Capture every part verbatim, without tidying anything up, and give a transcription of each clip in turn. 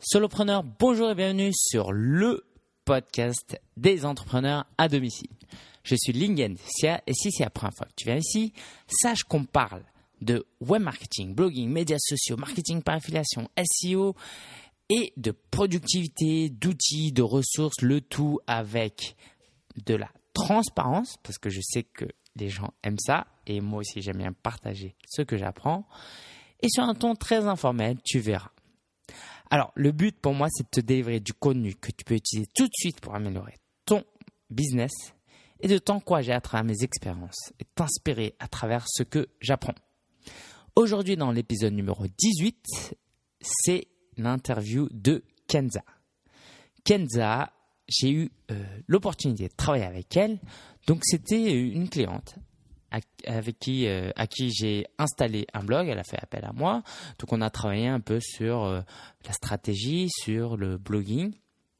Solopreneur, bonjour et bienvenue sur le podcast des entrepreneurs à domicile. Je suis Lingen Sia et si c'est la première fois que tu viens ici, sache qu'on parle de web marketing, blogging, médias sociaux, marketing par affiliation, S E O et de productivité, d'outils, de ressources, le tout avec de la transparence parce que je sais que les gens aiment ça et moi aussi j'aime bien partager ce que j'apprends et sur un ton très informel, tu verras. Alors, le but pour moi, c'est de te délivrer du contenu que tu peux utiliser tout de suite pour améliorer ton business et de t'encourager à travers mes expériences et t'inspirer à travers ce que j'apprends. Aujourd'hui, dans l'épisode numéro dix-huit, c'est l'interview de Kenza. Kenza, j'ai eu euh, l'opportunité de travailler avec elle. Donc, c'était une cliente avec qui, euh, à qui j'ai installé un blog. Elle a fait appel à moi. Donc, on a travaillé un peu sur euh, la stratégie, sur le blogging.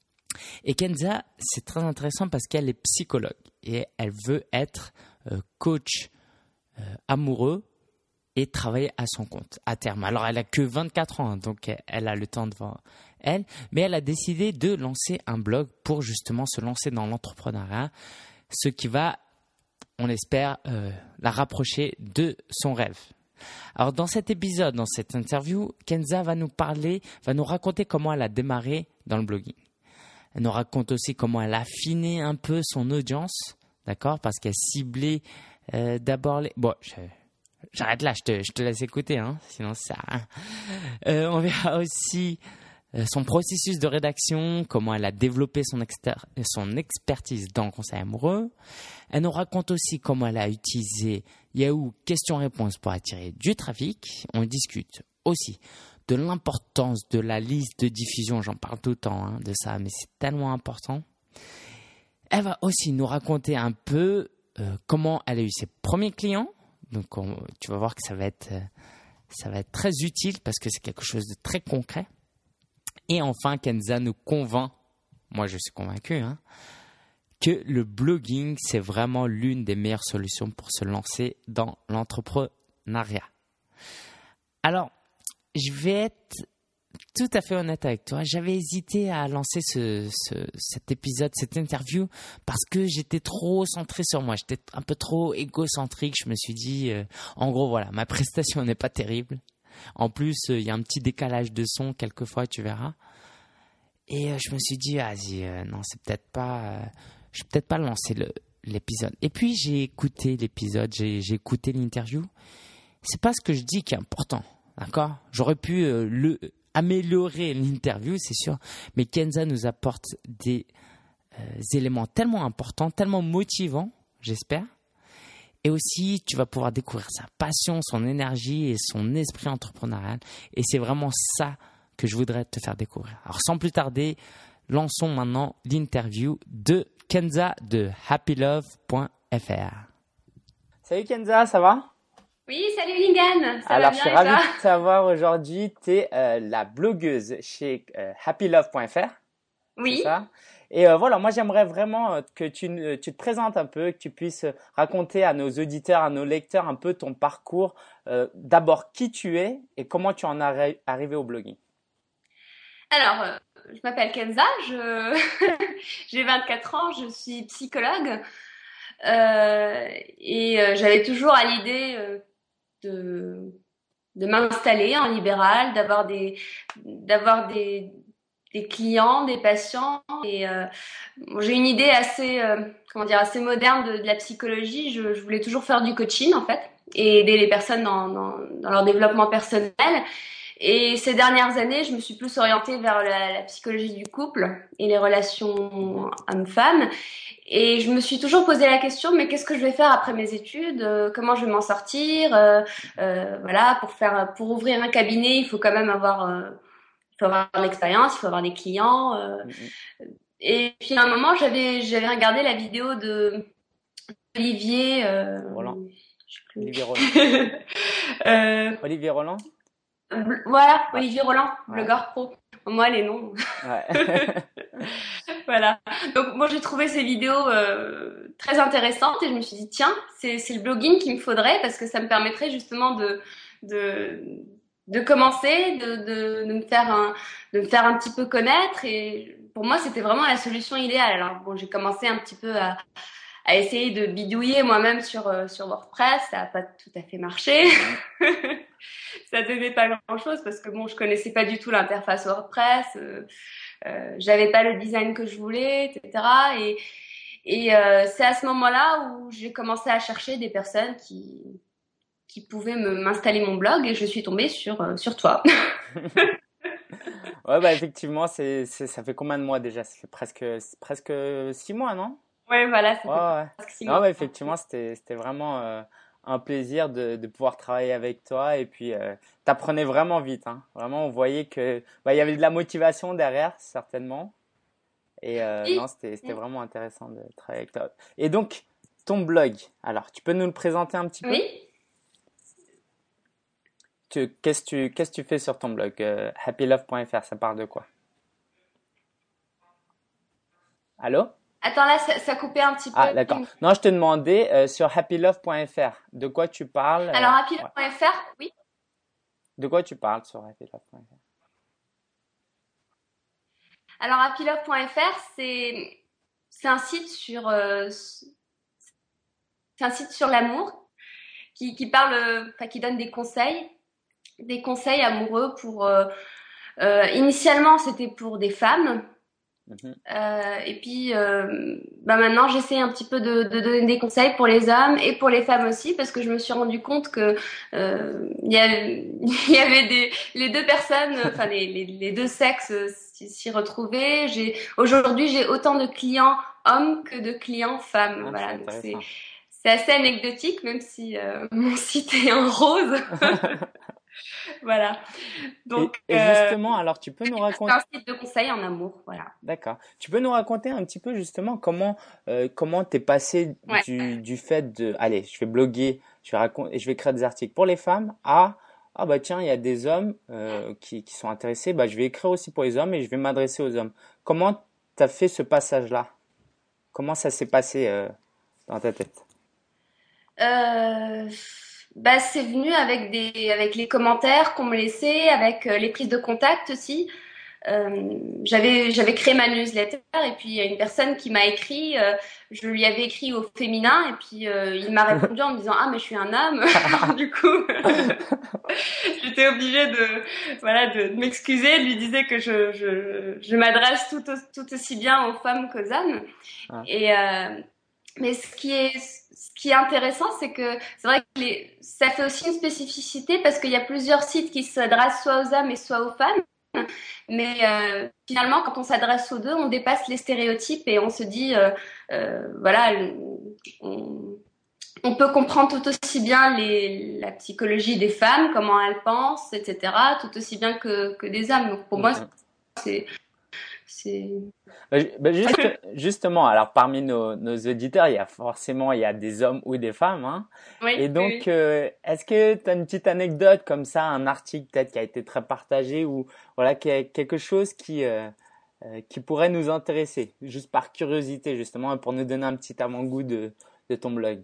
Et Kenza, c'est très intéressant parce qu'elle est psychologue et elle veut être euh, coach euh, amoureux et travailler à son compte à terme. Alors, elle a que vingt-quatre ans, hein, donc elle a le temps devant elle. Mais elle a décidé de lancer un blog pour justement se lancer dans l'entrepreneuriat, ce qui va, on espère, euh, la rapprocher de son rêve. Alors, dans cet épisode, dans cette interview, Kenza va nous parler, va nous raconter comment elle a démarré dans le blogging. Elle nous raconte aussi comment elle a affiné un peu son audience, d'accord, parce qu'elle ciblait euh, d'abord les... Bon, je... j'arrête là, je te, je te laisse écouter, hein, sinon ça... Euh, on verra aussi euh, son processus de rédaction, comment elle a développé son, exter... son expertise dans le conseil amoureux. Elle nous raconte aussi comment elle a utilisé Yahoo questions-réponses pour attirer du trafic. On discute aussi de l'importance de la liste de diffusion. J'en parle tout le temps hein, de ça, mais c'est tellement important. Elle va aussi nous raconter un peu euh, comment elle a eu ses premiers clients. Donc, on, tu vas voir que ça va être, euh, ça va être très utile parce que c'est quelque chose de très concret. Et enfin, Kenza nous convainc, moi je suis convaincu, hein, que le blogging, c'est vraiment l'une des meilleures solutions pour se lancer dans l'entrepreneuriat. Alors, je vais être tout à fait honnête avec toi. J'avais hésité à lancer ce, ce, cet épisode, cette interview, parce que j'étais trop centré sur moi. J'étais un peu trop égocentrique. Je me suis dit, euh, en gros, voilà, ma prestation n'est pas terrible. En plus, il euh, y a un petit décalage de son quelquefois, tu verras. Et euh, je me suis dit, vas-y, euh, non, c'est peut-être pas... Euh, je vais peut-être pas lancer le, l'épisode. Et puis, j'ai écouté l'épisode, j'ai, j'ai écouté l'interview. C'est pas ce que je dis qui est important, d'accord ? J'aurais pu euh, le, améliorer l'interview, c'est sûr. Mais Kenza nous apporte des euh, éléments tellement importants, tellement motivants, j'espère. Et aussi, tu vas pouvoir découvrir sa passion, son énergie et son esprit entrepreneurial. Et c'est vraiment ça que je voudrais te faire découvrir. Alors, sans plus tarder, lançons maintenant l'interview de Kenza de happy love point f r. Salut Kenza, ça va ? Oui, salut Lingen, ça Alors, va bien. Alors, je suis ravi de t'avoir aujourd'hui. Tu es euh, la blogueuse chez euh, happy love point f r. Oui. C'est ça ? Et euh, voilà, moi j'aimerais vraiment que tu, euh, tu te présentes un peu, que tu puisses raconter à nos auditeurs, à nos lecteurs un peu ton parcours. Euh, d'abord, qui tu es et comment tu en es arrivé au blogging. Alors, euh, je m'appelle Kenza, je... j'ai vingt-quatre ans, je suis psychologue euh, et euh, j'avais toujours à l'idée euh, de, de m'installer en libéral, d'avoir des, d'avoir des, des clients, des patients. Et euh, j'ai une idée assez, euh, comment dire, assez moderne de, de la psychologie. Je, je voulais toujours faire du coaching en fait et aider les personnes dans, dans, dans leur développement personnel. Et ces dernières années, je me suis plus orientée vers la, la psychologie du couple et les relations hommes-femmes. Et je me suis toujours posé la question, mais qu'est-ce que je vais faire après mes études ? euh, Comment je vais m'en sortir ? euh, euh, Voilà, pour faire, pour ouvrir un cabinet, il faut quand même avoir, euh, il faut avoir de l'expérience, il faut avoir des clients. Euh, mm-hmm. Et puis à un moment, j'avais, j'avais regardé la vidéo de Olivier. Euh, Roland. Je sais plus. Olivier Roland. euh, Olivier Roland. Voilà, ouais. Olivier Roland, ouais. Blogueur pro. Moi, les noms. Ouais. Voilà. Donc, moi, j'ai trouvé ces vidéos euh, très intéressantes et je me suis dit, tiens, c'est, c'est le blogging qu'il me faudrait parce que ça me permettrait justement de, de, de commencer, de, de, de me faire un, de me faire un petit peu connaître. Et pour moi, c'était vraiment la solution idéale. Alors bon, j'ai commencé un petit peu à, à essayer de bidouiller moi-même sur, euh, sur WordPress. Ça n'a pas tout à fait marché. Ça donnait pas grand-chose parce que bon, je connaissais pas du tout l'interface WordPress. Euh, euh, j'avais pas le design que je voulais, et cetera. Et, et euh, c'est à ce moment-là où j'ai commencé à chercher des personnes qui qui pouvaient me m'installer mon blog et je suis tombée sur euh, sur toi. Ouais, bah effectivement, c'est, c'est, ça fait combien de mois déjà? Ça fait presque, presque six mois, non? Ouais, voilà, ça Ouais, fait ouais. presque six Non, mois. bah effectivement, c'était, c'était vraiment euh, un plaisir de, de pouvoir travailler avec toi. Et puis, euh, t'apprenais vraiment vite, hein. Vraiment, on voyait que, bah, il y avait de la motivation derrière, certainement. Et euh, non, Oui. c'était, c'était vraiment intéressant de travailler avec toi. Et donc, ton blog, alors, tu peux nous le présenter un petit peu? Oui. Tu, qu'est-ce que tu, qu'est-ce que tu fais sur ton blog? Euh, happy love point f r, ça parle de quoi? Allô? Attends, là, ça, ça coupait un petit Ah, peu. d'accord. Non, je te demandais euh, sur happy love point f r, de quoi tu parles? Alors, euh, ouais. happylove point f r, oui. De quoi tu parles sur happy love point f r? Alors, happylove point f r, c'est c'est un site sur euh, c'est un site sur l'amour qui qui parle, euh, enfin qui donne des conseils, des conseils amoureux pour euh, euh, initialement c'était pour des femmes. Mhm. Euh, et puis, euh, bah maintenant, j'essaie un petit peu de, de donner des conseils pour les hommes et pour les femmes aussi, parce que je me suis rendu compte que euh, il y, a- il y avait des les deux personnes, enfin les, les, les deux sexes euh, s'y s'y retrouvaient. J'ai aujourd'hui j'ai autant de clients hommes que de clients femmes. Ah, c'est Voilà, donc c'est intéressant. c'est assez anecdotique, même si euh, mon site est en rose. Voilà. Et, Donc et euh, justement, alors tu peux nous c'est un raconter, site de conseils en amour. Voilà. d'accord, tu peux nous raconter un petit peu justement comment euh, comment t'es passé Ouais. du, du fait de, allez, je vais bloguer, je vais raconter, je vais créer des articles pour les femmes à, ah bah tiens, il y a des hommes euh, qui, qui sont intéressés, bah je vais écrire aussi pour les hommes et je vais m'adresser aux hommes. Comment t'as fait ce passage-là? Comment ça s'est passé euh, dans ta tête? Euh, bah, c'est venu avec des, avec les commentaires qu'on me laissait, avec euh, les prises de contact aussi. Euh, j'avais, j'avais créé ma newsletter et puis il y a une personne qui m'a écrit, euh, je lui avais écrit au féminin et puis euh, il m'a répondu en me disant ah mais je suis un homme. Alors, du coup j'étais obligée de voilà de, de m'excuser, de lui disais que je, je, je m'adresse tout, au- tout aussi bien aux femmes qu'aux hommes. Ah, Et euh, mais ce qui est, ce qui est intéressant, c'est que c'est vrai que les, ça fait aussi une spécificité parce qu'il y a plusieurs sites qui s'adressent soit aux hommes et soit aux femmes. Mais euh, finalement, quand on s'adresse aux deux, on dépasse les stéréotypes et on se dit, euh, euh, voilà, on, on peut comprendre tout aussi bien les, la psychologie des femmes, comment elles pensent, et cetera, tout aussi bien que, que des hommes. Donc pour moi, mhm. c'est, c'est, Bah, ju- bah, juste, justement, alors parmi nos, nos auditeurs, il y a forcément il y a des hommes ou des femmes, hein. oui, Et oui, donc, oui. euh, est-ce que tu as une petite anecdote comme ça, un article peut-être qui a été très partagé ou voilà qui est quelque chose qui euh, euh, qui pourrait nous intéresser, juste par curiosité justement, pour nous donner un petit avant-goût de de ton blog.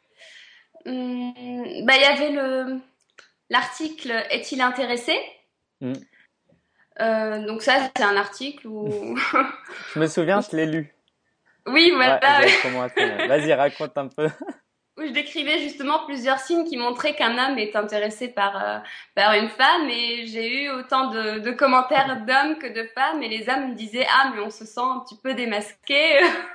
Hum, bah, il y avait le, l'article Est-il intéressé? Hmm. Euh, donc ça, c'est un article où, Je me souviens, je l'ai lu. oui, Ouais, voilà, j'avais commenté. Ouais. Vas-y, raconte un peu. où je décrivais justement plusieurs signes qui montraient qu'un homme est intéressé par, euh, par une femme. Et j'ai eu autant de, de commentaires d'hommes que de femmes. Et les hommes me disaient, ah, mais on se sent un petit peu démasqué.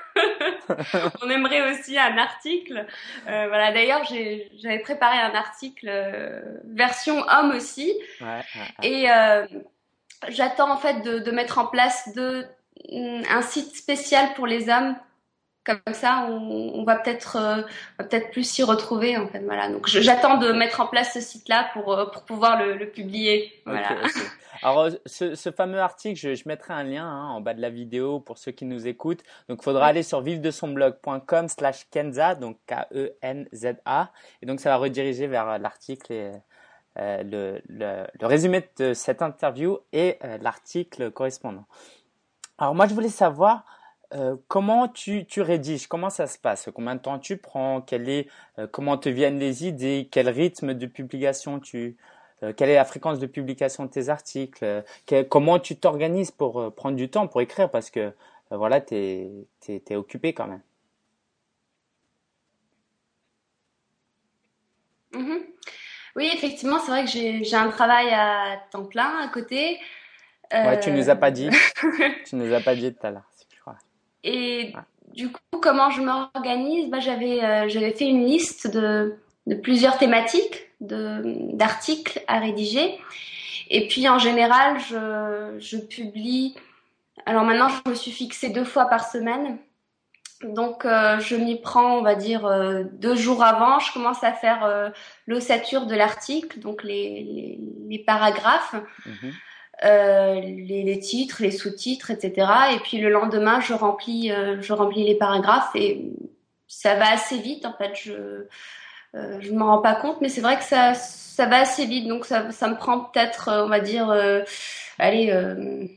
On aimerait aussi un article. Euh, voilà. D'ailleurs, j'ai, j'avais préparé un article euh, version homme aussi. Ouais, ouais, ouais. Et euh, j'attends en fait de, de mettre en place de, un site spécial pour les hommes. Comme ça, on, on va peut-être euh, on va peut-être plus s'y retrouver en fait. Voilà. Donc je- j'attends de Ok. mettre en place ce site-là pour euh, pour pouvoir le, le publier. Ok, Voilà. ok. Alors, euh, ce, ce fameux article, je, je mettrai un lien hein, en bas de la vidéo pour ceux qui nous écoutent. Donc, il faudra aller sur vive de son blog point com slash Kenza, donc K E N Z A. Et donc, ça va rediriger vers euh, l'article et euh, le, le, le résumé de cette interview et euh, l'article correspondant. Alors, moi, je voulais savoir euh, comment tu, tu rédiges, comment ça se passe, combien de temps tu prends, quel est, euh, comment te viennent les idées, quel rythme de publication tu, euh, quelle est la fréquence de publication de tes articles, euh, que- comment tu t'organises pour euh, prendre du temps pour écrire parce que euh, voilà, t'es, t'es, t'es occupé quand même. Mhm. Oui, effectivement, c'est vrai que j'ai j'ai un travail à temps plein à côté. Ouais, tu nous Euh, as pas dit, tu nous as pas dit tout à l'heure, je crois. et Ouais. du coup, comment je m'organise? Bah, j'avais euh, j'avais fait une liste de, de plusieurs thématiques de d'articles à rédiger. Et puis en général, je, je publie. Alors maintenant, je me suis fixée deux fois par semaine. Donc, euh, je m'y prends, on va dire, euh, deux jours avant. Je commence à faire euh, l'ossature de l'article, donc les, les, les paragraphes, Mhm. euh, les, les titres, les sous-titres, et cetera. Et puis le lendemain, je remplis, euh, je remplis les paragraphes et ça va assez vite. En fait, je euh, je m'en rends pas compte, mais c'est vrai que ça ça va assez vite. Donc ça ça me prend peut-être, euh, on va dire, euh, allez. Euh,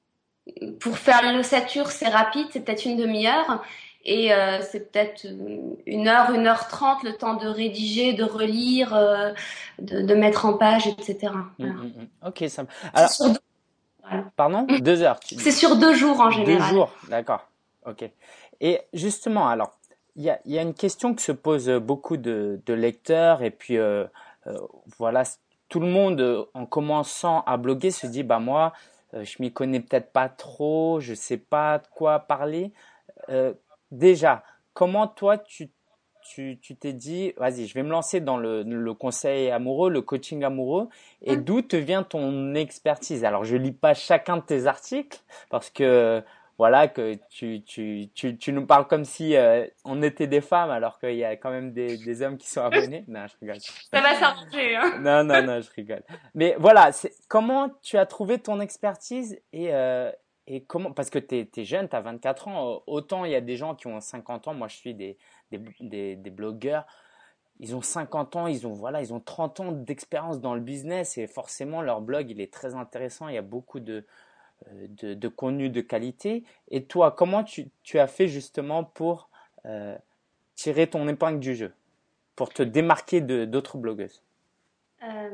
pour faire l'ossature, c'est rapide, c'est peut-être une demi-heure. Et euh, c'est peut-être une heure, une heure trente, le temps de rédiger, de relire, euh, de, de mettre en page, et cetera. Mm, Voilà. mm, mm. Ok, ça. me- C'est Alors, sur deux, voilà. pardon, deux heures. Tu C'est dis. sur deux jours en Deux général. jours, d'accord. Ok. Et justement, alors, il y a, il y a une question que se posent beaucoup de, de lecteurs et puis euh, euh, voilà, c- tout le monde euh, en commençant à bloguer se dit, bah moi, euh, je m'y connais peut-être pas trop, je sais pas de quoi parler. Euh, Déjà, comment toi tu tu tu t'es dit, vas-y, je vais me lancer dans le, le conseil amoureux, le coaching amoureux, et Hum, d'où te vient ton expertise? Alors, je lis pas chacun de tes articles parce que voilà que tu tu tu tu nous parles comme si euh, on était des femmes alors qu'il y a quand même des des hommes qui sont abonnés. Non, je rigole. Ça va s'arranger, hein. Non, non, non, je rigole. Mais voilà, c'est comment tu as trouvé ton expertise et, euh, et comment, parce que tu es, jeune, tu as vingt-quatre ans, euh, autant il y a des gens qui ont cinquante ans, moi je suis des, des, des, des blogueurs, ils ont cinquante ans, ils ont, voilà, ils ont trente ans d'expérience dans le business et forcément leur blog il est très intéressant, il y a beaucoup de, euh, de, de contenu de qualité. Et toi, comment tu, tu as fait justement pour euh, tirer ton épingle du jeu, pour te démarquer de d'autres blogueuses? Euh,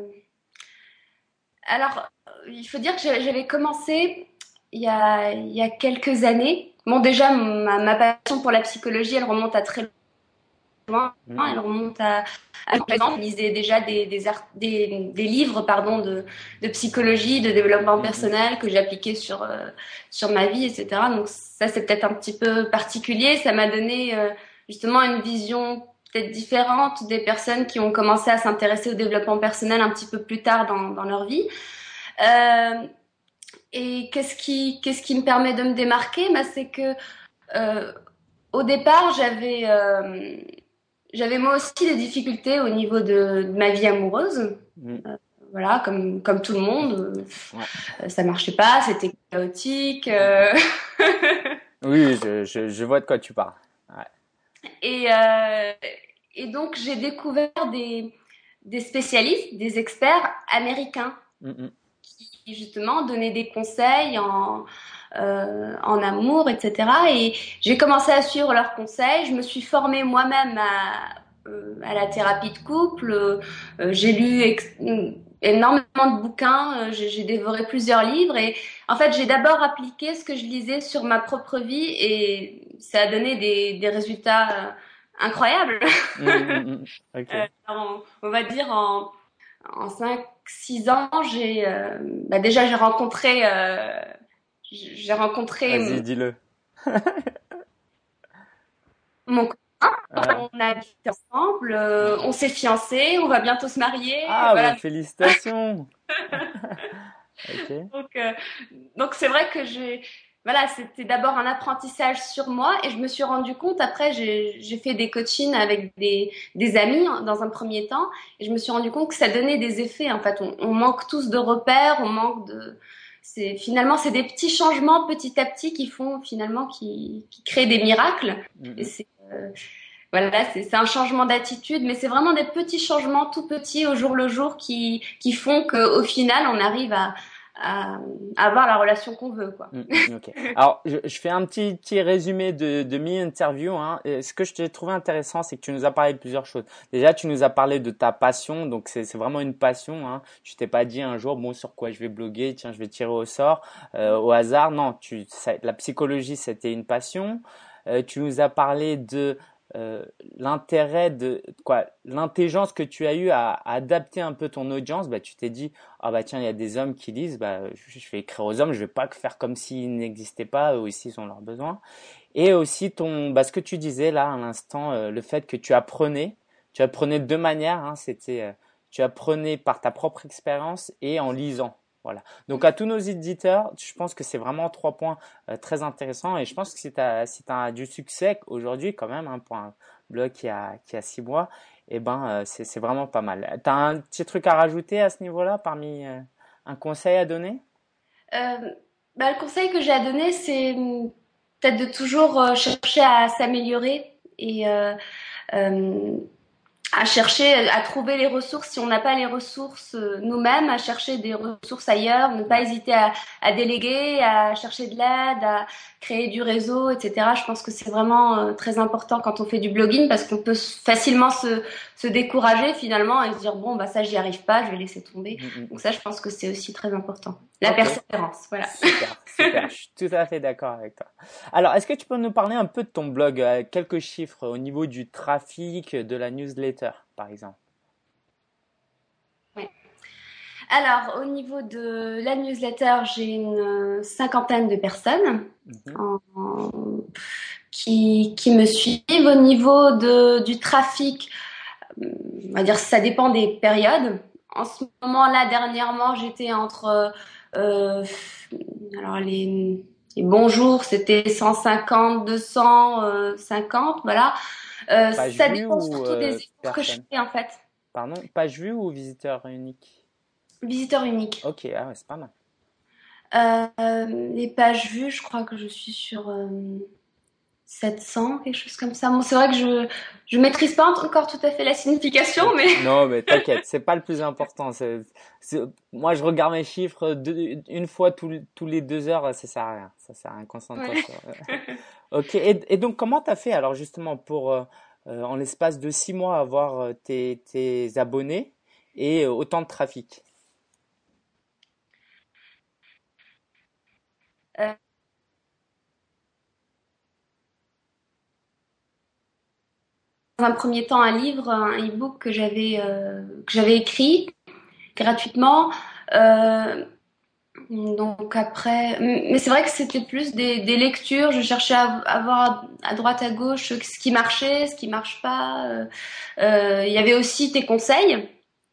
alors, il faut dire que j'avais j'avais commencé il y a, il y a quelques années. Bon, déjà, ma, ma passion pour la psychologie, elle remonte à très loin. Mhm, Elle remonte à, à présent. Je lisais déjà des, des, art- des, des livres pardon, de, de psychologie, de développement mhm, personnel que j'appliquais sur, euh, sur ma vie, et cetera. Donc ça, c'est peut-être un petit peu particulier. Ça m'a donné euh, justement une vision peut-être différente des personnes qui ont commencé à s'intéresser au développement personnel un petit peu plus tard dans, dans leur vie. Euh, et qu'est-ce qui, qu'est-ce qui me permet de me démarquer? Bah, c'est que euh, au départ, j'avais euh, j'avais moi aussi des difficultés au niveau de, de ma vie amoureuse. mhm. Voilà, comme, comme tout le monde, Ouais. euh, ça marchait pas, c'était chaotique. euh. Oui, oui, je, je, je vois de quoi tu parles. Ouais. Et, euh, et donc, j'ai découvert des, des spécialistes, des experts américains Mhm, qui, justement, donnaient des conseils en, euh, en amour, et cetera. Et j'ai commencé à suivre leurs conseils. Je me suis formée moi-même à, euh, à la thérapie de couple. Euh, j'ai lu ex- énormément de bouquins. Euh, j'ai, j'ai dévoré plusieurs livres. Et en fait, j'ai d'abord appliqué ce que je lisais sur ma propre vie et ça a donné des, des résultats euh, incroyables. mhm, mhm, mhm. Euh, Ok. en- on va dire en, en cinq six ans, j'ai euh, bah déjà j'ai rencontré euh, j'ai Vas-y, rencontré dis-le. mon copain, Ouais. on a habité ensemble, euh, on s'est fiancés, on va bientôt se marier, Ah, bah voilà. félicitations. Ok. Donc euh, donc c'est vrai que j'ai voilà, c'était d'abord un apprentissage sur moi et je me suis rendu compte après j'ai j'ai fait des coachings avec des des amis hein, dans un premier temps et je me suis rendu compte que ça donnait des effets en fait, on, on manque tous de repères, on manque de c'est finalement c'est des petits changements petit à petit qui font finalement qui qui créent des miracles et Mhm, c'est euh, voilà, c'est c'est un changement d'attitude, mais c'est vraiment des petits changements tout petits au jour le jour qui qui font qu'au final on arrive à à, à avoir la relation qu'on veut, quoi. Mmh, ok. Alors, je, je fais un petit, petit résumé de, de mi-interview, hein. Et ce que je t'ai trouvé intéressant, c'est que tu nous as parlé de plusieurs choses. Déjà, tu nous as parlé de ta passion, donc c'est, c'est vraiment une passion, hein. Tu t'es pas dit un jour, bon, sur quoi je vais bloguer, tiens, je vais tirer au sort, euh, au hasard. Non, tu, ça, la psychologie, c'était une passion. Euh, tu nous as parlé de euh, l'intérêt de quoi, l'intelligence que tu as eu à, à adapter un peu ton audience. Bah, tu t'es dit, ah bah tiens, il y a des hommes qui lisent, bah je, je vais écrire aux hommes, je vais pas faire comme s'ils n'existaient pas, eux aussi ils ont leurs besoins. Et aussi ton, bah ce que tu disais là à l'instant, euh, le fait que tu apprenais, tu apprenais de deux manières, hein, c'était, euh, tu apprenais par ta propre expérience et en lisant. Voilà. Donc à tous nos éditeurs, je pense que c'est vraiment trois points euh, très intéressants et je pense que si tu as si t'as du succès aujourd'hui quand même, hein, pour un blog qui a qui a six mois, eh ben euh, c'est c'est vraiment pas mal. T'as un petit truc à rajouter à ce niveau-là parmi euh, un conseil à donner? Euh, bah, le conseil que j'ai à donner, c'est hum, peut-être de toujours euh, chercher à s'améliorer et euh, euh, à chercher à trouver les ressources si on n'a pas les ressources euh, nous-mêmes, à chercher des ressources ailleurs, ne pas Ouais. hésiter à, à déléguer, à chercher de l'aide, à créer du réseau, et cetera. Je pense que c'est vraiment euh, très important quand on fait du blogging parce qu'on peut facilement se, se décourager finalement et se dire bon bah ça j'y arrive pas, je vais laisser tomber. Mm, mm, Donc mm. ça je pense que c'est aussi très important. La Ok, persévérance, voilà. super, super. Je suis tout à fait d'accord avec toi. Alors, est-ce que tu peux nous parler un peu de ton blog, euh, quelques chiffres au niveau du trafic de la newsletter, par exemple? Ouais. Alors, au niveau de la newsletter, j'ai une euh, cinquantaine de personnes Mhm. en- en- qui, qui me suivent. Au niveau de, du trafic, euh, on va dire ça dépend des périodes. En ce moment-là, dernièrement, j'étais entre euh, alors les, les bons jours, c'était cent cinquante, deux cent cinquante, voilà. Euh, Page ça vue dépend ou surtout des euh, efforts que je personne? fais en fait. Pardon, page vue ou visiteur unique? Visiteur unique. Ok, ah ouais, c'est pas mal. Euh, les pages vues, je crois que je suis sur euh, sept cents, quelque chose comme ça. Bon, c'est vrai que je je maîtrise pas encore tout à fait la signification, Ok. mais Non, mais t'inquiète, c'est pas le plus important. C'est, c'est- moi, je regarde mes chiffres deux- une fois tous les- tous les deux heures, ça sert à rien. Ça sert à rien. Concentre-toi ouais. sur. Ok. Et, et donc, comment t'as fait alors justement pour euh, euh, en l'espace de six mois avoir euh, tes, tes abonnés et euh, autant de trafic? Euh, dans un premier temps, un livre, un e-book que j'avais euh, que j'avais écrit gratuitement. Euh, donc après, mais c'est vrai que c'était plus des, des lectures. Je cherchais à, à voir à droite à gauche ce qui marchait, ce qui marche pas. Euh, euh, il y avait aussi tes conseils.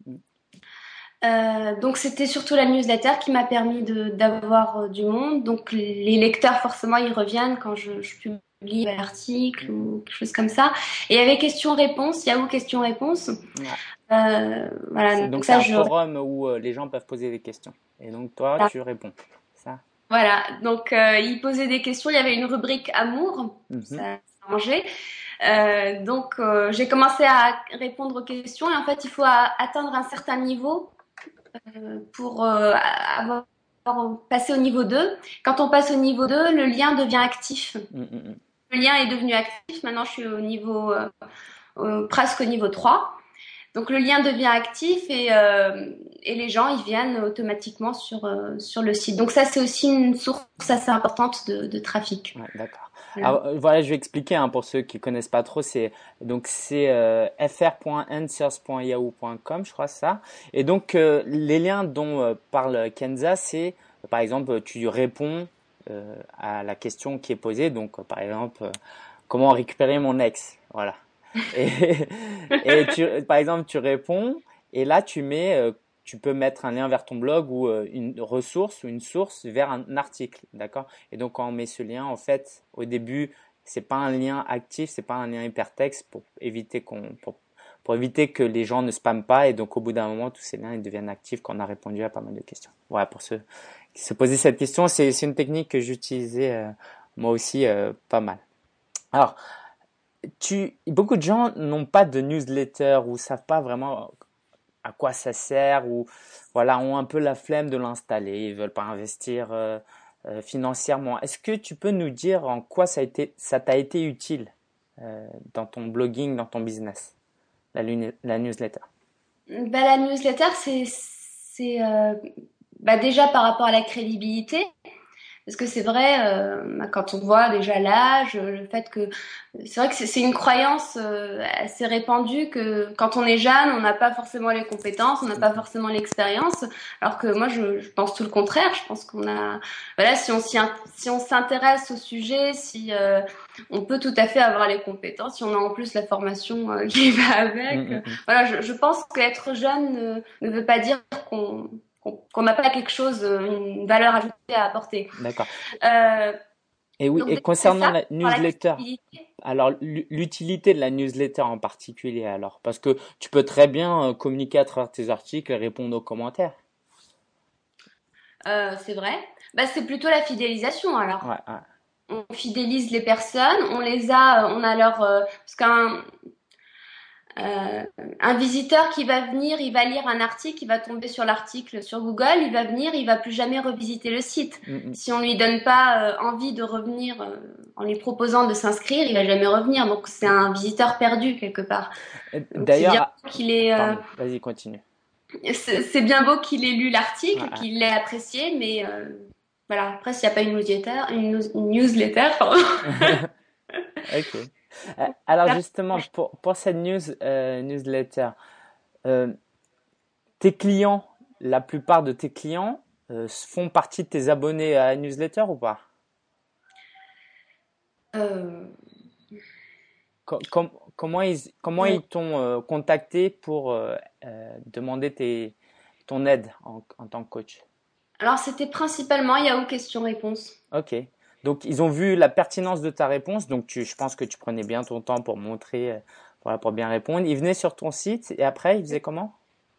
Euh, donc c'était surtout la newsletter qui m'a permis de d'avoir euh, du monde. Donc les lecteurs forcément ils reviennent quand je, je publie un article ou quelque chose comme ça. Et il y avait questions-réponses, Yahoo questions-réponses. Ouais. Euh, C'est- voilà, Donc donc c'est ça un je forum où euh, les gens peuvent poser des questions. Et donc toi, tu réponds. Ça? voilà. Donc euh, ils posaient des questions. Il y avait une rubrique amour, Mhm. ça a changé. Euh, donc euh, j'ai commencé à répondre aux questions et en fait il faut a- atteindre un certain niveau pour euh, avoir passer au niveau deux. Quand on passe au niveau deux, le lien devient actif. Mm, mm, mm. Le lien est devenu actif. Maintenant, je suis au niveau euh, euh, presque au niveau trois. Donc le lien devient actif et, euh, et les gens ils viennent automatiquement sur, euh, sur le site. Donc ça c'est aussi une source assez importante de, de trafic. Ouais, d'accord. Voilà. Alors euh, voilà, je vais expliquer hein, pour ceux qui connaissent pas trop. C'est donc c'est euh, f r point answers point yahoo point com, je crois ça. Et donc euh, les liens dont euh, parle Kenza, c'est euh, par exemple tu réponds euh, à la question qui est posée. Donc euh, par exemple euh, comment récupérer mon ex, voilà. Et, et tu, par exemple, tu réponds et là, tu mets, euh, tu peux mettre un lien vers ton blog ou euh, une ressource ou une source vers un article, d'accord? Et donc, quand on met ce lien, en fait, au début, c'est pas un lien actif, c'est pas un lien hypertexte pour éviter qu'on, pour, pour éviter que les gens ne spamment pas. Et donc, au bout d'un moment, tous ces liens, ils deviennent actifs quand on a répondu à pas mal de questions. Voilà, pour ceux qui se posaient cette question, c'est, c'est une technique que j'utilisais euh, moi aussi euh, pas mal. Alors, tu, beaucoup de gens n'ont pas de newsletter ou savent pas vraiment à quoi ça sert ou voilà, ont un peu la flemme de l'installer, ils veulent pas investir euh, euh, financièrement. Est-ce que tu peux nous dire en quoi ça a été, ça t'a été utile euh, dans ton blogging, dans ton business, la, luni- la newsletter? Bah, la newsletter, c'est, c'est euh, bah, déjà par rapport à la crédibilité. Parce que c'est vrai, euh, quand on voit déjà l'âge, le fait que c'est vrai que c'est c'est une croyance euh, assez répandue que quand on est jeune, on n'a pas forcément les compétences, on n'a pas forcément l'expérience, alors que moi je, je pense tout le contraire. Je pense qu'on a, voilà, si on s'y int- si on s'intéresse au sujet, si euh, on peut tout à fait avoir les compétences, si on a en plus la formation euh, qui va Mm, avec. euh, mm, mm. voilà, je, je pense qu'être jeune ne, ne veut pas dire qu'on qu'on qu'on n'a pas quelque chose, euh, une valeur ajoutée à apporter. D'accord. Euh, Et oui, donc et déjà, c'est concernant ça, la par la newsletter, crédibilité. alors l'u- l'utilité de la newsletter en particulier alors, parce que tu peux très bien euh, communiquer à travers tes articles et répondre aux commentaires. Euh, c'est vrai. Bah, c'est plutôt la fidélisation alors. Ouais, ouais. On fidélise les personnes, on les a, on a leur, euh, parce qu'un euh, un visiteur qui va venir, il va lire un article, il va tomber sur l'article sur Google, il va venir, il va plus jamais revisiter le site. Mm, mm. Si on lui donne pas euh, envie de revenir, euh, en lui proposant de s'inscrire, il va jamais revenir. Donc c'est un visiteur perdu quelque part. Et Donc c'est D'ailleurs, bien ah, qu'il ait, euh, pardon, vas-y, continue. c'est c'est bien beau qu'il ait lu Ouais, l'article, ouais. qu'il l'ait apprécié, mais euh, voilà. Après, s'il n'y a pas une newsletter, une, news- une newsletter, pardon. Ok. Euh, alors justement, pour, pour cette news, euh, newsletter, euh, tes clients, la plupart de tes clients euh, font partie de tes abonnés à la newsletter ou pas? Euh, Com- com- comment ils, comment bon. ils t'ont euh, contacté pour euh, euh, demander tes, ton aide en, en tant que coach? Alors, c'était principalement Yahoo Questions-Réponses. Ok. Donc, ils ont vu la pertinence de ta réponse. Donc, tu, je pense que tu prenais bien ton temps pour montrer, euh, voilà, pour bien répondre. Ils venaient sur ton site et après, ils faisaient comment?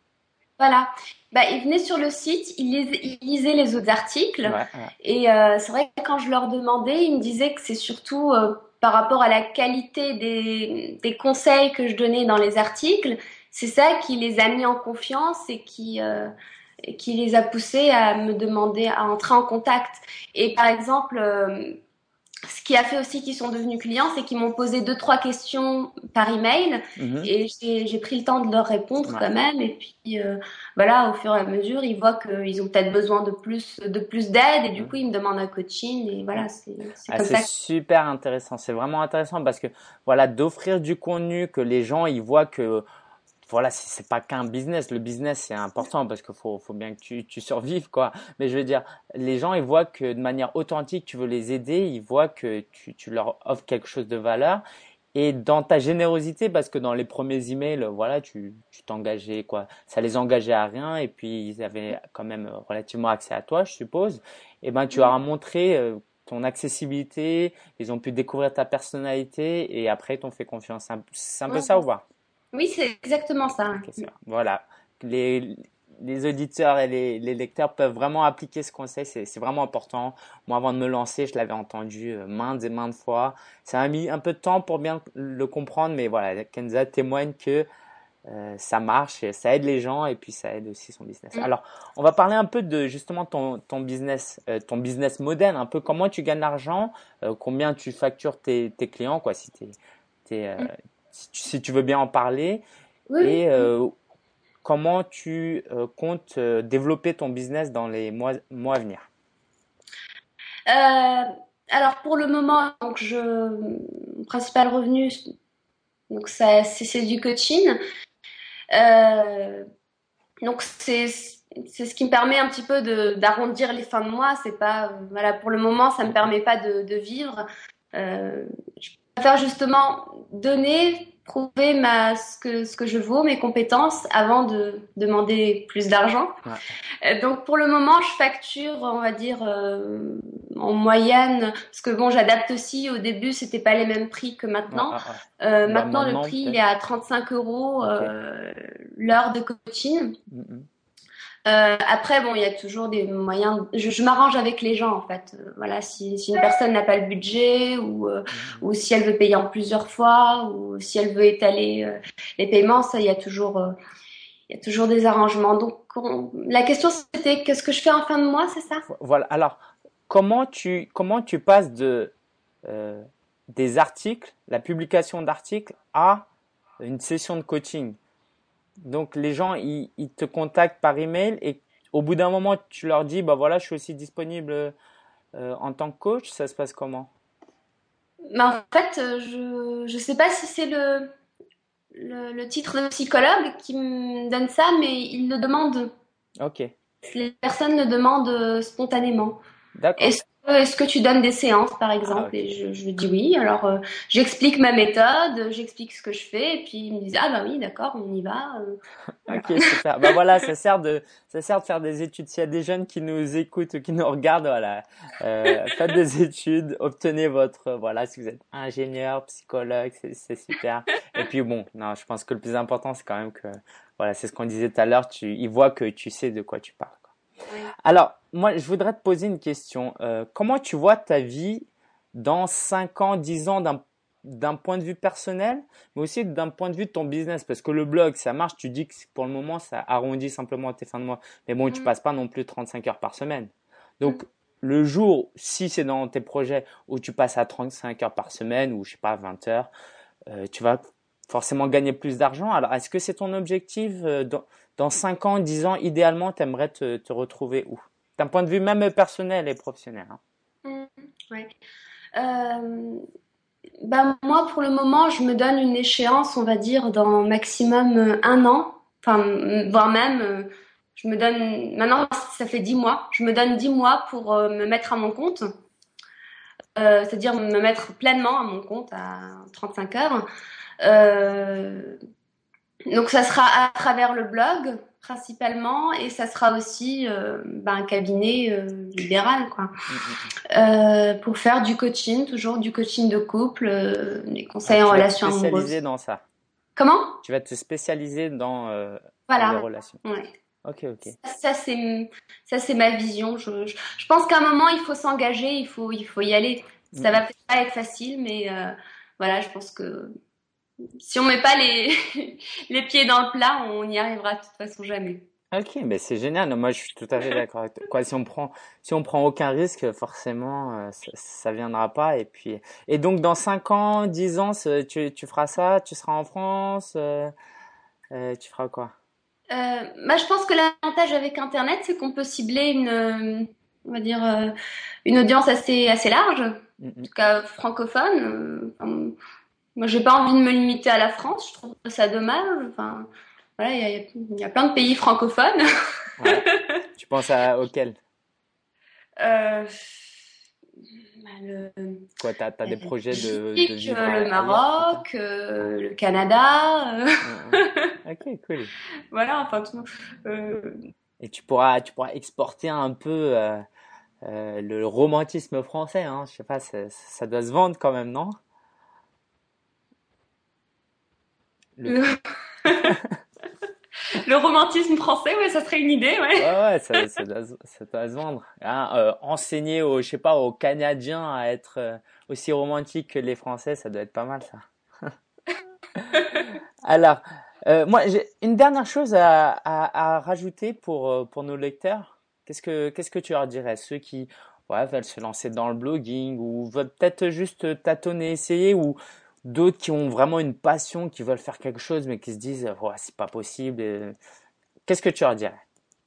Voilà. Bah, ils venaient sur le site, ils, lis- ils lisaient les autres articles. Ouais, ouais. Et euh, c'est vrai que quand je leur demandais, ils me disaient que c'est surtout euh, par rapport à la qualité des, des conseils que je donnais dans les articles. C'est ça qui les a mis en confiance et qui, euh, et qui les a poussés à me demander à entrer en contact. Et par exemple, euh, ce qui a fait aussi qu'ils sont devenus clients, c'est qu'ils m'ont posé deux, trois questions par email Mhm. et j'ai j'ai pris le temps de leur répondre Ouais. quand même. Et puis euh, voilà, au fur et à mesure, ils voient qu'ils ont peut-être besoin de plus, de plus d'aide et du coup, Mhm. ils me demandent un coaching et voilà, c'est c'est Ah, comme c'est ça. super intéressant. C'est vraiment intéressant parce que voilà, d'offrir du contenu que les gens ils voient que voilà, c'est c'est pas qu'un business. Le business c'est important parce qu'il faut faut bien que tu tu survives quoi. Mais je veux dire, les gens ils voient que de manière authentique tu veux les aider, ils voient que tu tu leur offres quelque chose de valeur et dans ta générosité parce que dans les premiers emails voilà, tu tu t'engageais quoi. Ça les engageait à rien et puis ils avaient quand même relativement accès à toi, je suppose. Et ben tu leur as montré euh, ton accessibilité, ils ont pu découvrir ta personnalité et après ils t'ont fait confiance. C'est un, c'est un peu ça ou pas? Oui, c'est exactement ça. Ok, c'est- voilà. Les, les auditeurs et les, les lecteurs peuvent vraiment appliquer ce conseil. C'est, c'est vraiment important. Moi, avant de me lancer, je l'avais entendu euh, maintes et maintes fois. Ça m'a mis un peu de temps pour bien le comprendre, mais voilà, Kenza témoigne que euh, ça marche, et ça aide les gens et puis ça aide aussi son business. Mm. Alors, on va parler un peu de justement ton, ton business, euh, ton business model, un peu comment tu gagnes l'argent, euh, combien tu factures tes, tes clients, quoi, si t'es, t'es, euh, Mm. si tu, si tu veux bien en parler. Oui, Et oui. euh, comment tu euh, comptes euh, développer ton business dans les mois, mois à venir? Euh, alors pour le moment, donc je, mon principal revenu, donc ça, c'est c'est du coaching. Euh, Donc c'est c'est ce qui me permet un petit peu de d'arrondir les fins de mois. C'est pas euh, voilà, pour le moment, ça me permet pas de, de vivre. Euh, je préfère justement donner, prouver ma ce que ce que je vaux, mes compétences avant de demander plus d'argent. Ouais. Euh, Donc pour le moment, je facture, on va dire euh, en moyenne, parce que bon, j'adapte aussi. Au début, c'était pas les mêmes prix que Ouais, maintenant. ouais, ouais. Euh, Bah maintenant, le maintenant prix il est peut-être. à trente-cinq euros Ok. euh, l'heure de coaching. Mhm, Euh, après, bon, il y a toujours des moyens. Je, je m'arrange avec les gens, en fait. Euh, voilà, si, si une personne n'a pas le budget ou, euh, mhm. ou si elle veut payer en plusieurs fois ou si elle veut étaler euh, les paiements, ça, il y a toujours, euh, il y a toujours des arrangements. Donc, on- la question c'était qu'est-ce que je fais en fin de mois, c'est ça? Voilà. Alors, comment tu, comment tu passes de euh, des articles, la publication d'articles, à une session de coaching? Donc, les gens, ils, ils te contactent par email et au bout d'un moment, tu leur dis, bah voilà, je suis aussi disponible euh, en tant que coach. Ça se passe comment? Mais en fait, euh, je je sais pas si c'est le, le le titre de psychologue qui me donne ça, mais il le demande. Ok, Les personnes le demandent euh, spontanément. d'accord. Est-ce que, est-ce que tu donnes des séances, par Ah, exemple? ok. Et je, je dis oui. Alors, euh, j'explique ma méthode, j'explique ce que je fais, et puis ils me disent, ah bah oui, d'accord, on y va. euh, voilà. Ok, super. Bah voilà, ça sert de, ça sert de faire des études. S'il y a des jeunes qui nous écoutent ou qui nous regardent, voilà, euh, faites des études, obtenez votre, voilà, si vous êtes ingénieur, psychologue, c'est, c'est super. Et puis bon, non, je pense que le plus important, c'est quand même que, voilà, c'est ce qu'on disait tout à l'heure, tu, ils voient que tu sais de quoi tu parles, quoi. Oui. Alors, moi, je voudrais te poser une question. Euh, comment tu vois ta vie dans cinq ans, dix ans d'un d'un point de vue personnel, mais aussi d'un point de vue de ton business? Parce que le blog, ça marche, tu dis que pour le moment, ça arrondit simplement tes fins de mois. Mais bon, tu Mm, passes pas non plus trente-cinq heures par semaine. Donc, mm. le jour, si c'est dans tes projets où tu passes à trente-cinq heures par semaine ou je sais pas, vingt heures, euh, tu vas forcément gagner plus d'argent. Alors, est-ce que c'est ton objectif euh, dans, dans cinq ans, dix ans, idéalement, tu aimerais te, te retrouver où? D'un point de vue même personnel et professionnel, hein. Mm, ouais. Euh, bah, moi, pour le moment, je me donne une échéance, on va dire, dans maximum euh, un an. Enfin, m- voire même, euh, je me donne, maintenant, ça fait dix mois. Je me donne dix mois pour euh, me mettre à mon compte. Euh, c'est-à-dire me mettre pleinement à mon compte à trente-cinq heures. Euh, donc ça sera à travers le blog principalement et ça sera aussi euh, bah, un cabinet euh, libéral quoi. Mm, mm, mm. Euh, pour faire du coaching, toujours du coaching de couple, euh, des Ah, conseils en tu vas te relations spécialiser amoureuses. dans ça. Comment? Tu vas te spécialiser dans euh, les Voilà. relations. Ouais. Ok, ok. Ça c'est ça c'est ma vision. Je, je, je pense qu'à un moment il faut s'engager, il faut il faut y aller. Mm, Ça va mm. peut-être pas être facile, mais euh, voilà, je pense que si on met pas les, les pieds dans le plat, on n'y arrivera de toute façon jamais. Ok, mais c'est génial. Moi, je suis tout à fait d'accord avec toi. Quoi, si on prend, si on prend aucun risque, forcément, euh, ça, ça viendra pas. Et puis, et donc, dans cinq ans, dix ans, c'est- tu, tu feras ça, tu seras en France, euh, euh, tu feras quoi? Euh, bah, je pense que l'avantage avec Internet, c'est qu'on peut cibler une, euh, on va dire, euh, une audience assez, assez large, en Mm, mm. tout cas francophone. Euh, enfin, moi, j'ai pas envie de me limiter à la France. Je trouve ça dommage. Enfin, voilà, il y a, il y a plein de pays francophones. Ouais. Tu penses à auquel? Euh, bah, le, Quoi, t'as, t'as la des projets de, de Belgique, vivre euh, a- le ailleurs, plus tard? Maroc, euh, le Canada. euh, Mm, mm. Ok, cool. voilà, enfin tout. Euh, Et tu pourras, tu pourras exporter un peu euh, euh, le romantisme français, hein. Je sais pas, ça, ça doit se vendre quand même, non? Le, le, le romantisme français, ouais, ça serait une idée, ouais, ouais. ouais, ça, ça doit, se- ça doit se vendre. Hein, euh, enseigner aux, je sais pas, aux Canadiens à être euh, aussi romantiques que les Français, ça doit être pas mal, ça. Alors, euh, moi, j'ai une dernière chose à, à, à rajouter pour, euh, pour nos lecteurs. Qu'est-ce que, qu'est-ce que tu leur dirais? Ceux qui, ouais, veulent se lancer dans le blogging ou veulent peut-être juste tâtonner, essayer ou d'autres qui ont vraiment une passion, qui veulent faire quelque chose mais qui se disent, ouais, c'est pas possible. euh, Qu'est-ce que tu leur dirais?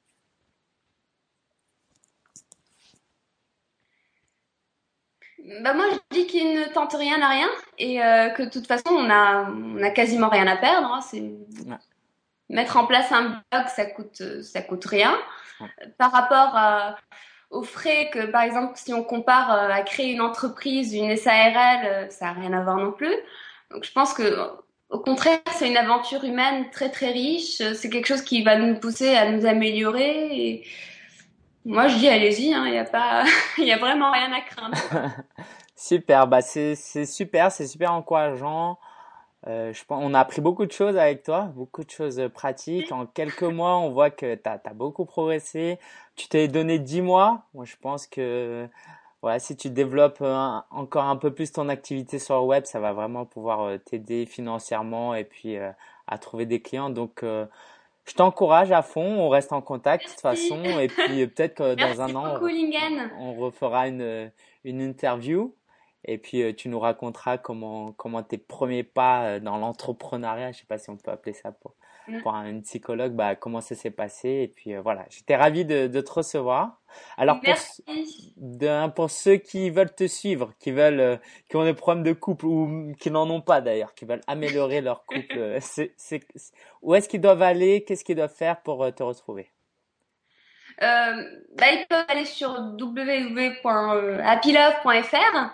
Bah moi je dis qu'il ne tente rien à rien et euh, que de toute façon on a on a quasiment rien à perdre, hein. C'est Ouais, mettre en place un blog, ça coûte euh, ça coûte rien ouais. par rapport à- aux frais que par exemple si on compare euh, à créer une entreprise, une S A R L, euh, ça n'a rien à voir non plus. Donc je pense que au contraire c'est une aventure humaine très très riche. C'est quelque chose qui va nous pousser à nous améliorer. Et moi je dis allez-y, hein, il y a pas il y a vraiment rien à craindre quoi. Super, bah c'est c'est super, c'est super encourageant. Euh, je pense, on a appris beaucoup de choses avec toi, beaucoup de choses euh, pratiques. En quelques mois, on voit que tu as beaucoup progressé. Tu t'es donné dix mois. Moi, je pense que voilà, si tu développes un- encore un peu plus ton activité sur le web, ça va vraiment pouvoir euh, t'aider financièrement et puis euh, à trouver des clients. Donc, euh, je t'encourage à fond. On reste en contact de toute façon. Et puis euh, peut-être que dans Merci un an, beaucoup, Lingen. on, on refera une, une interview. Et puis euh, tu nous raconteras comment, comment tes premiers pas euh, dans l'entrepreneuriat, je sais pas si on peut appeler ça pour, Mm. pour un psychologue, bah, comment ça s'est passé. Et puis euh, voilà, j'étais ravi de, de te recevoir. Alors pour, Merci. de, pour ceux qui veulent te suivre, qui veulent, euh, qui ont des problèmes de couple ou qui n'en ont pas d'ailleurs, qui veulent améliorer leur couple, euh, c'est, c'est, c'est- où est-ce qu'ils doivent aller? Qu'est-ce qu'ils doivent faire pour euh, te retrouver? Euh, bah, ils peuvent aller sur w w w point happy love point f r.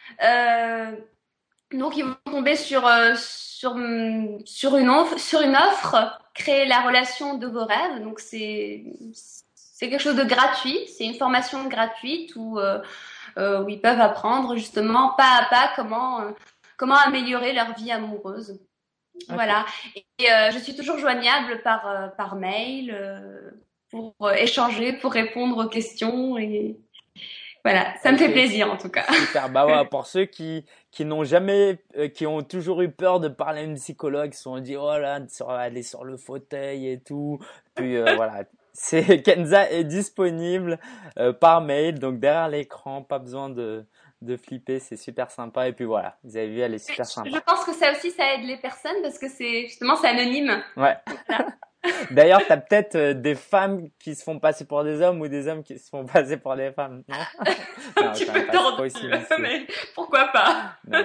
Euh, donc, ils vont tomber sur, euh, sur, sur, une offre, sur une offre, créer la relation de vos rêves. Donc, c'est, c'est quelque chose de gratuit. C'est une formation gratuite où, euh, euh, où ils peuvent apprendre justement pas à pas comment, euh, comment améliorer leur vie amoureuse. Ok. Voilà. Et, et, euh, je suis toujours joignable par, euh, par mail euh, pour euh, échanger, pour répondre aux questions. Et voilà, ça me fait Ok, plaisir en tout cas. super. Bah ouais, pour ceux qui qui n'ont jamais, euh, qui ont toujours eu peur de parler à une psychologue, qui se sont dit oh là, sur, aller sur le fauteuil et tout. Puis euh, voilà, c'est Kenza est disponible euh, par mail, donc derrière l'écran, pas besoin de de flipper, c'est super sympa. Et puis voilà, vous avez vu, elle est super Je sympa. pense que ça aussi, ça aide les personnes parce que c'est justement, c'est anonyme. Ouais. Voilà. D'ailleurs, t'as peut-être euh, des femmes qui se font passer pour des hommes ou des hommes qui se font passer pour des femmes, non? Non, Tu quand peux même pas, c'est pas t'en aussi dire, vicieux. mais pourquoi pas? Non.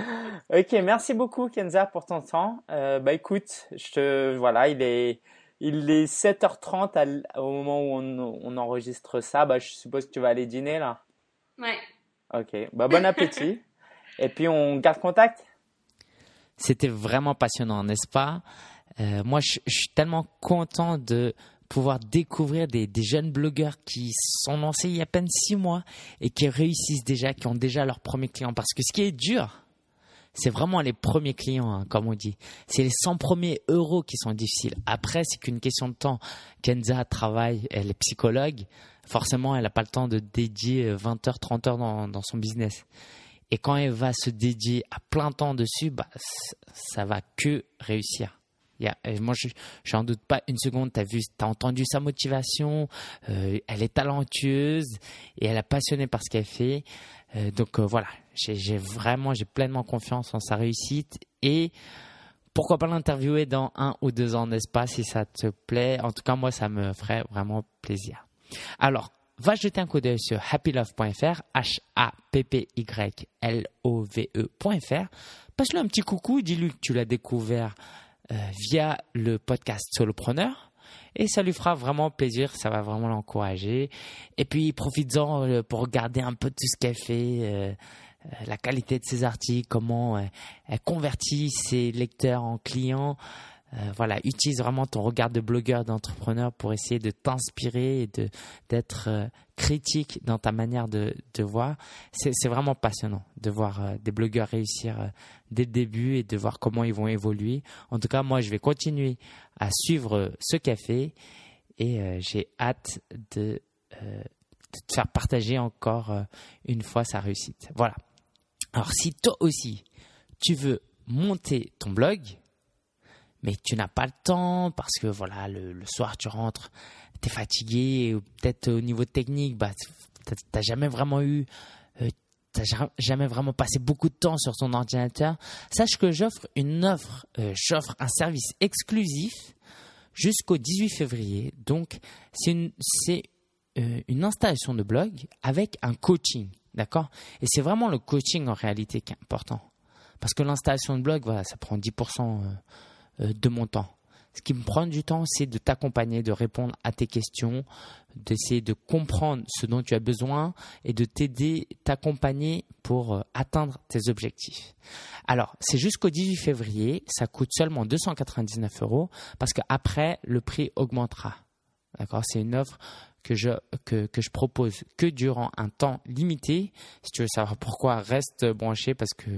Ok, merci beaucoup Kenza pour ton temps. Euh, bah écoute, je te voilà, il est il est sept heures trente à l- au moment où on, on enregistre ça. Bah je suppose que tu vas aller dîner là. Ouais. Ok, bah bon appétit. Et puis on garde contact. C'était vraiment passionnant, n'est-ce pas? Euh, moi, je, je suis tellement content de pouvoir découvrir des, des jeunes blogueurs qui sont lancés il y a à peine six mois et qui réussissent déjà, qui ont déjà leurs premiers clients. Parce que ce qui est dur, c'est vraiment les premiers clients, hein, comme on dit. C'est les cent premiers euros qui sont difficiles. Après, c'est qu'une question de temps. Kenza travaille, elle est psychologue. Forcément, elle n'a pas le temps de dédier vingt heures, trente heures dans, dans son business. Et quand elle va se dédier à plein temps dessus, bah, ça va que réussir. Il y a, et moi, je n'en doute pas une seconde. Tu as vu, tu as entendu sa motivation. Euh, elle est talentueuse et elle est passionnée par ce qu'elle fait. Euh, donc euh, voilà, j'ai, j'ai vraiment, j'ai pleinement confiance en sa réussite. Et pourquoi pas l'interviewer dans un ou deux ans, n'est-ce pas, si ça te plaît. En tout cas, moi, ça me ferait vraiment plaisir. Alors, va jeter un coup d'œil sur happy love point f r, H A P P Y L O V E point f r. Passe-lui un petit coucou, dis-lui que tu l'as découvert euh, via le podcast Solopreneur et ça lui fera vraiment plaisir, ça va vraiment l'encourager. Et puis, profites-en euh, pour regarder un peu tout ce qu'elle fait, euh, euh, la qualité de ses articles, comment euh, elle convertit ses lecteurs en clients. Euh, voilà, utilise vraiment ton regard de blogueur, d'entrepreneur pour essayer de t'inspirer et de, d'être euh, critique dans ta manière de, de voir. C'est, c'est vraiment passionnant de voir euh, des blogueurs réussir euh, dès le début et de voir comment ils vont évoluer. En tout cas, moi, je vais continuer à suivre euh, ce qu'elle fait et euh, j'ai hâte de, euh, de te faire partager encore euh, une fois sa réussite. Voilà. Alors, si toi aussi, tu veux monter ton blog, mais tu n'as pas le temps parce que voilà, le, le soir tu rentres, tu es fatigué, ou peut-être au niveau technique, bah, tu n'as jamais vraiment eu, euh, tu n'as jamais vraiment passé beaucoup de temps sur ton ordinateur. Sache que j'offre une offre, euh, j'offre un service exclusif jusqu'au dix-huit février. Donc, c'est une, c'est, euh, une installation de blog avec un coaching, d'accord? Et c'est vraiment le coaching en réalité qui est important. Parce que l'installation de blog, voilà, ça prend dix pour cent de mon temps. Ce qui me prend du temps, c'est de t'accompagner, de répondre à tes questions, d'essayer de comprendre ce dont tu as besoin et de t'aider, t'accompagner pour euh, atteindre tes objectifs. Alors, c'est jusqu'au dix-huit février, ça coûte seulement deux cent quatre-vingt-dix-neuf euros parce qu'après, le prix augmentera. D'accord ? C'est une offre que je, que, que je propose que durant un temps limité. Si tu veux savoir pourquoi, reste branché parce que...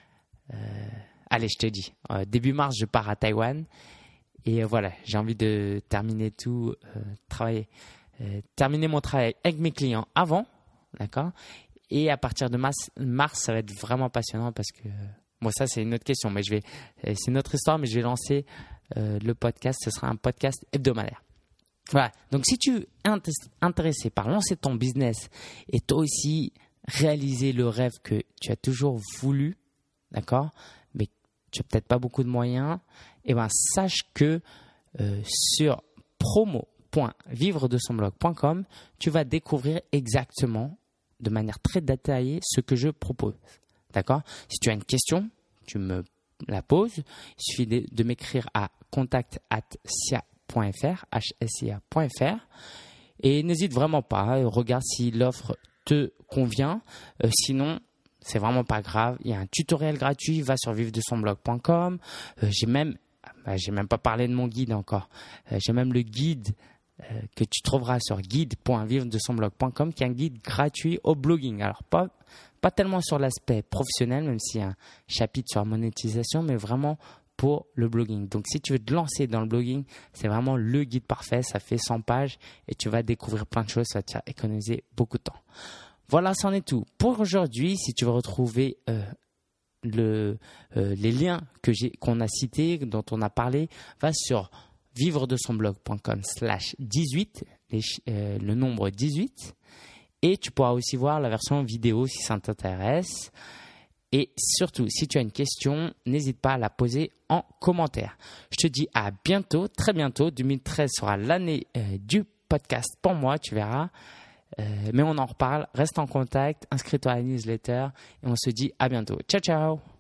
Euh, Allez, je te dis, euh, début mars, je pars à Taïwan et euh, voilà, j'ai envie de terminer tout, euh, travailler, euh, terminer mon travail avec mes clients avant, d'accord? Et à partir de mars, mars, ça va être vraiment passionnant parce que, euh, bon, ça c'est une autre question, mais je vais, euh, c'est une autre histoire, mais je vais lancer euh, le podcast, ce sera un podcast hebdomadaire. Voilà. Donc, si tu es intéressé par lancer ton business et toi aussi réaliser le rêve que tu as toujours voulu, d'accord, mais tu n'as peut-être pas beaucoup de moyens, eh ben, sache que euh, sur promo point vivre de son blog point com, tu vas découvrir exactement, de manière très détaillée, ce que je propose. D'accord ? Si tu as une question, tu me la poses. Il suffit de, de m'écrire à contact arobase sia point f r, h s i a point f r. Et n'hésite vraiment pas, regarde si l'offre te convient. Euh, sinon, c'est vraiment pas grave. Il y a un tutoriel gratuit, va sur vivre de son blog point com. Euh, j'ai même, bah, j'ai même pas parlé de mon guide encore. Euh, j'ai même le guide euh, que tu trouveras sur guide point vivre de son blog point com, qui est un guide gratuit au blogging. Alors pas pas tellement sur l'aspect professionnel, même s'il y a un chapitre sur la monétisation, mais vraiment pour le blogging. Donc, si tu veux te lancer dans le blogging, c'est vraiment le guide parfait. Ça fait cent pages et tu vas découvrir plein de choses. Ça va te faire économiser beaucoup de temps. Voilà, c'en est tout pour aujourd'hui. Si tu veux retrouver euh, le, euh, les liens que j'ai, qu'on a cités, dont on a parlé, va sur vivre de son blog point com slash dix-huit, les, euh, le nombre dix-huit. Et tu pourras aussi voir la version vidéo si ça t'intéresse. Et surtout, si tu as une question, n'hésite pas à la poser en commentaire. Je te dis à bientôt, très bientôt. deux mille treize sera l'année euh, du podcast pour moi, tu verras. Euh, mais on en reparle. Reste en contact, inscris-toi à la newsletter et on se dit à bientôt. Ciao, ciao!